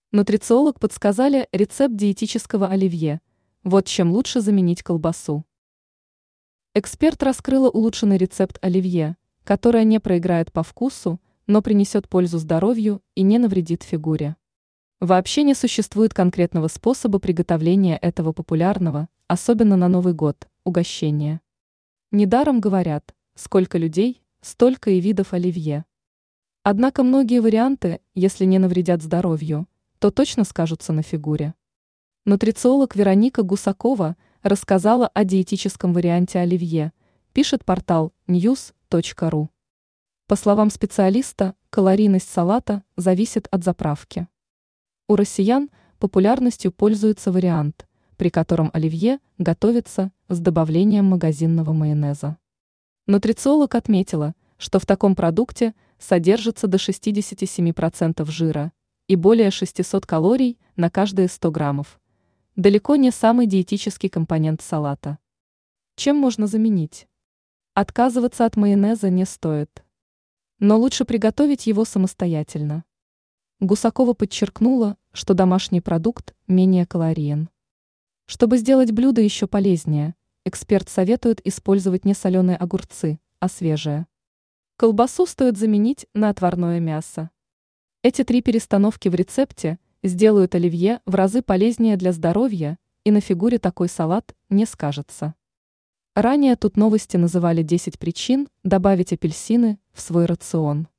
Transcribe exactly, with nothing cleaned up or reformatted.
Нутрициолог подсказали рецепт диетического оливье. Вот чем лучше заменить колбасу. Эксперт раскрыла улучшенный рецепт оливье, которое не проиграет по вкусу, но принесет пользу здоровью и не навредит фигуре. Вообще не существует конкретного способа приготовления этого популярного, особенно на Новый год, угощения. Недаром говорят, сколько людей, столько и видов оливье. Однако многие варианты, если не навредят здоровью, то точно скажутся на фигуре. Нутрициолог Вероника Гусакова рассказала о диетическом варианте оливье, пишет портал ньюс точка ру. По словам специалиста, калорийность салата зависит от заправки. У россиян популярностью пользуется вариант, при котором оливье готовится с добавлением магазинного майонеза. Нутрициолог отметила, что в таком продукте содержится до шестьдесят семь процентов жира и более шестьсот калорий на каждые сто граммов. Далеко не самый диетический компонент салата. Чем можно заменить? Отказываться от майонеза не стоит. Но лучше приготовить его самостоятельно. Гусакова подчеркнула, что домашний продукт менее калориен. Чтобы сделать блюдо еще полезнее, эксперт советует использовать не соленые огурцы, а свежие. Колбасу стоит заменить на отварное мясо. Эти три перестановки в рецепте сделают оливье в разы полезнее для здоровья, и на фигуре такой салат не скажется. Ранее тут новости называли десять причин добавить апельсины в свой рацион.